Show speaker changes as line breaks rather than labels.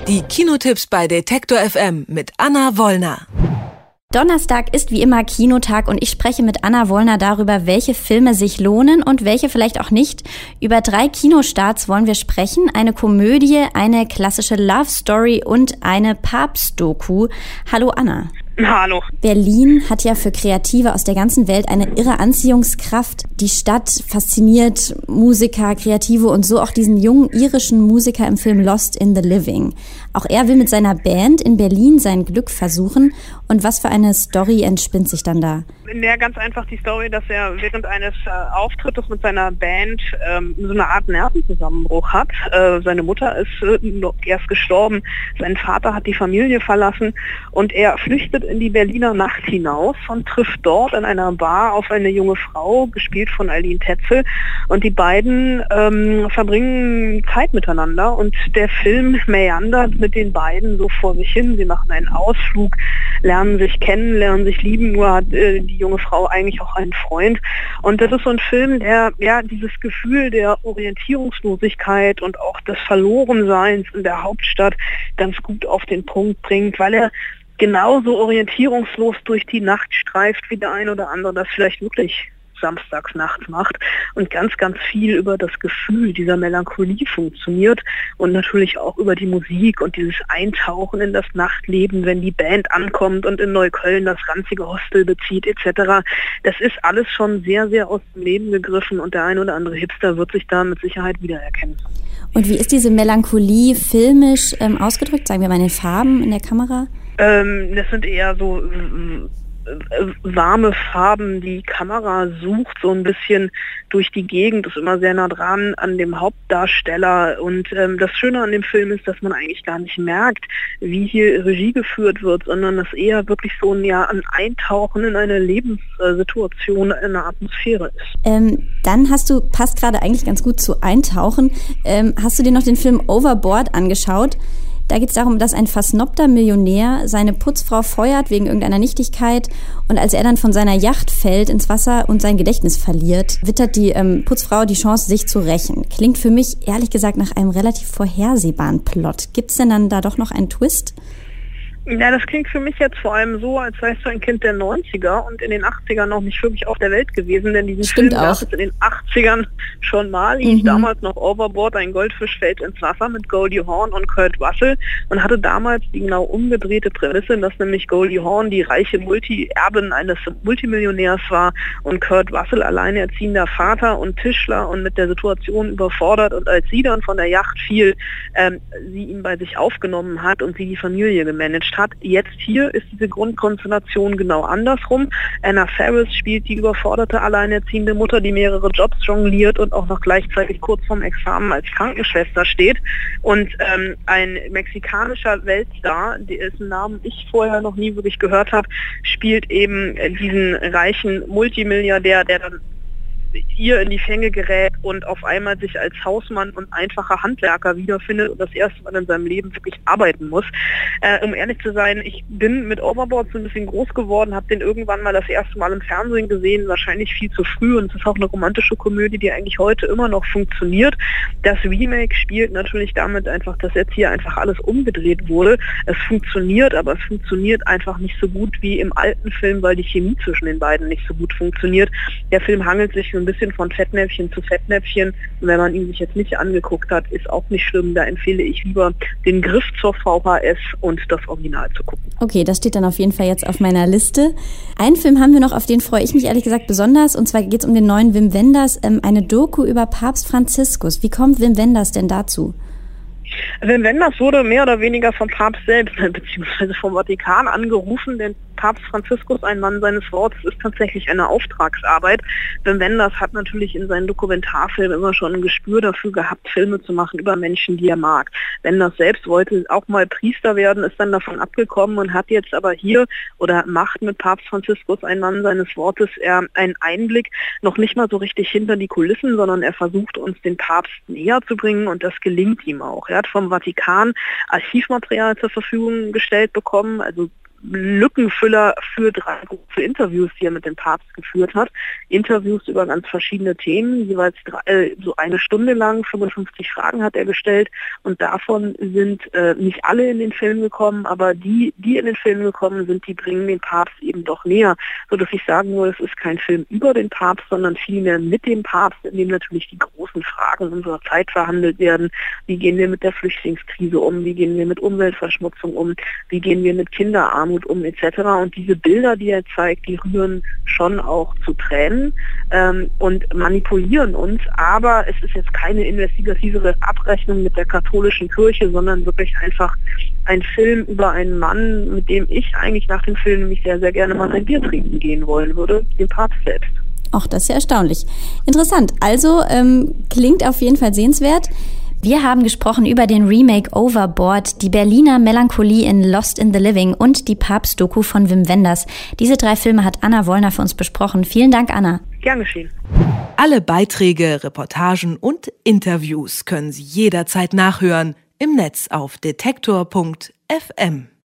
Die Kinotipps bei Detektor FM mit Anna Wollner.
Donnerstag ist wie immer Kinotag und ich spreche mit Anna Wollner darüber, welche Filme sich lohnen und welche vielleicht auch nicht. Über 3 Kinostarts wollen wir sprechen. Eine Komödie, eine klassische Love Story und eine Papst-Doku. Hallo Anna.
Hallo.
Berlin hat ja für Kreative aus der ganzen Welt eine irre Anziehungskraft. Die Stadt fasziniert Musiker, Kreative und so auch diesen jungen irischen Musiker im Film Lost in the Living. Auch er will mit seiner Band in Berlin sein Glück versuchen. Und was für eine Story entspinnt sich dann da?
Ja, ganz einfach die Story, dass er während eines Auftrittes mit seiner Band so eine Art Nervenzusammenbruch hat. Seine Mutter ist erst gestorben, sein Vater hat die Familie verlassen und er flüchtet in die Berliner Nacht hinaus und trifft dort in einer Bar auf eine junge Frau, gespielt von Eileen Tetzel. Und die beiden verbringen Zeit miteinander und der Film meandert mit den beiden so vor sich hin. Sie machen einen Ausflug, lernen sich kennen, lernen sich lieben, nur hat die junge Frau eigentlich auch einen Freund. Und das ist so ein Film, der ja dieses Gefühl der Orientierungslosigkeit und auch des Verlorenseins in der Hauptstadt ganz gut auf den Punkt bringt, weil er genauso orientierungslos durch die Nacht streift, wie der ein oder andere das vielleicht wirklich samstags nachts macht und ganz, ganz viel über das Gefühl dieser Melancholie funktioniert und natürlich auch über die Musik und dieses Eintauchen in das Nachtleben, wenn die Band ankommt und in Neukölln das ranzige Hostel bezieht etc. Das ist alles schon sehr, sehr aus dem Leben gegriffen und der ein oder andere Hipster wird sich da mit Sicherheit wiedererkennen.
Und wie ist diese Melancholie filmisch ausgedrückt, sagen wir mal in den Farben in der Kamera?
Das sind eher so warme Farben, die Kamera sucht so ein bisschen durch die Gegend, ist immer sehr nah dran an dem Hauptdarsteller und das Schöne an dem Film ist, dass man eigentlich gar nicht merkt, wie hier Regie geführt wird, sondern dass eher wirklich so ein Eintauchen in eine Lebenssituation, eine Atmosphäre ist.
Dann passt gerade eigentlich ganz gut zu Eintauchen, hast du dir noch den Film Overboard angeschaut? Da geht es darum, dass ein versnobter Millionär seine Putzfrau feuert wegen irgendeiner Nichtigkeit und als er dann von seiner Yacht fällt ins Wasser und sein Gedächtnis verliert, wittert die Putzfrau die Chance, sich zu rächen. Klingt für mich ehrlich gesagt nach einem relativ vorhersehbaren Plot. Gibt's denn dann da doch noch einen Twist?
Ja, das klingt für mich jetzt vor allem so, als wärst du ein Kind der 90er und in den 80ern noch nicht wirklich auf der Welt gewesen, denn diesen Film gab es in den 80ern schon mal. Hieß damals noch Overboard, ein Goldfisch fällt ins Wasser mit Goldie Hawn und Kurt Russell und hatte damals die genau umgedrehte Prämisse, dass nämlich Goldie Hawn die reiche Erbin eines Multimillionärs war und Kurt Russell alleinerziehender Vater und Tischler und mit der Situation überfordert und als sie dann von der Yacht fiel, sie ihn bei sich aufgenommen hat und sie die Familie gemanagt hat. Jetzt hier ist diese Grundkonstellation genau andersrum. Anna Faris spielt die überforderte alleinerziehende Mutter, die mehrere Jobs jongliert und auch noch gleichzeitig kurz vorm Examen als Krankenschwester steht. Und ein mexikanischer Weltstar, dessen Namen ich vorher noch nie wirklich gehört habe, spielt eben diesen reichen Multimilliardär, der dann ihr in die Fänge gerät und auf einmal sich als Hausmann und einfacher Handwerker wiederfindet und das erste Mal in seinem Leben wirklich arbeiten muss. Um ehrlich zu sein, ich bin mit Overboard so ein bisschen groß geworden, habe den irgendwann mal das erste Mal im Fernsehen gesehen, wahrscheinlich viel zu früh und es ist auch eine romantische Komödie, die eigentlich heute immer noch funktioniert. Das Remake spielt natürlich damit einfach, dass jetzt hier einfach alles umgedreht wurde. Es funktioniert, aber es funktioniert einfach nicht so gut wie im alten Film, weil die Chemie zwischen den beiden nicht so gut funktioniert. Der Film hangelt sich ein bisschen von Fettnäpfchen zu Fettnäpfchen. Und wenn man ihn sich jetzt nicht angeguckt hat, ist auch nicht schlimm. Da empfehle ich lieber den Griff zur VHS und das Original zu gucken.
Okay, das steht dann auf jeden Fall jetzt auf meiner Liste. Einen Film haben wir noch, auf den freue ich mich ehrlich gesagt besonders. Und zwar geht es um den neuen Wim Wenders, eine Doku über Papst Franziskus. Wie kommt Wim Wenders denn dazu?
Wim Wenders wurde mehr oder weniger vom Papst selbst bzw. vom Vatikan angerufen, denn Papst Franziskus, ein Mann seines Wortes, ist tatsächlich eine Auftragsarbeit. Wim Wenders hat natürlich in seinen Dokumentarfilmen immer schon ein Gespür dafür gehabt, Filme zu machen über Menschen, die er mag. Wenders selbst wollte auch mal Priester werden, ist dann davon abgekommen und hat jetzt aber hier oder macht mit Papst Franziskus, ein Mann seines Wortes, einen Einblick noch nicht mal so richtig hinter die Kulissen, sondern er versucht uns den Papst näher zu bringen und das gelingt ihm auch. Er hat vom Vatikan Archivmaterial zur Verfügung gestellt bekommen, also Lückenfüller für 3 große Interviews, die er mit dem Papst geführt hat. Interviews über ganz verschiedene Themen, jeweils so 1 Stunde lang, 55 Fragen hat er gestellt und davon sind nicht alle in den Film gekommen, aber die in den Film gekommen sind, die bringen den Papst eben doch näher, sodass ich sagen würde, es ist kein Film über den Papst, sondern vielmehr mit dem Papst, in dem natürlich die großen Fragen unserer Zeit verhandelt werden. Wie gehen wir mit der Flüchtlingskrise um? Wie gehen wir mit Umweltverschmutzung um? Wie gehen wir mit Kinderarmut um, etc. Und diese Bilder, die er zeigt, die rühren schon auch zu Tränen und manipulieren uns, aber es ist jetzt keine investigativere Abrechnung mit der katholischen Kirche, sondern wirklich einfach ein Film über einen Mann, mit dem ich eigentlich nach dem Film nämlich sehr, sehr gerne mal ein Bier trinken gehen wollen würde, den Papst selbst.
Ach, das ist ja erstaunlich. Interessant. Also klingt auf jeden Fall sehenswert. Wir haben gesprochen über den Remake Overboard, die Berliner Melancholie in Lost in the Living und die Papst-Doku von Wim Wenders. Diese 3 Filme hat Anna Wollner für uns besprochen. Vielen Dank, Anna.
Gern geschehen.
Alle Beiträge, Reportagen und Interviews können Sie jederzeit nachhören im Netz auf detektor.fm.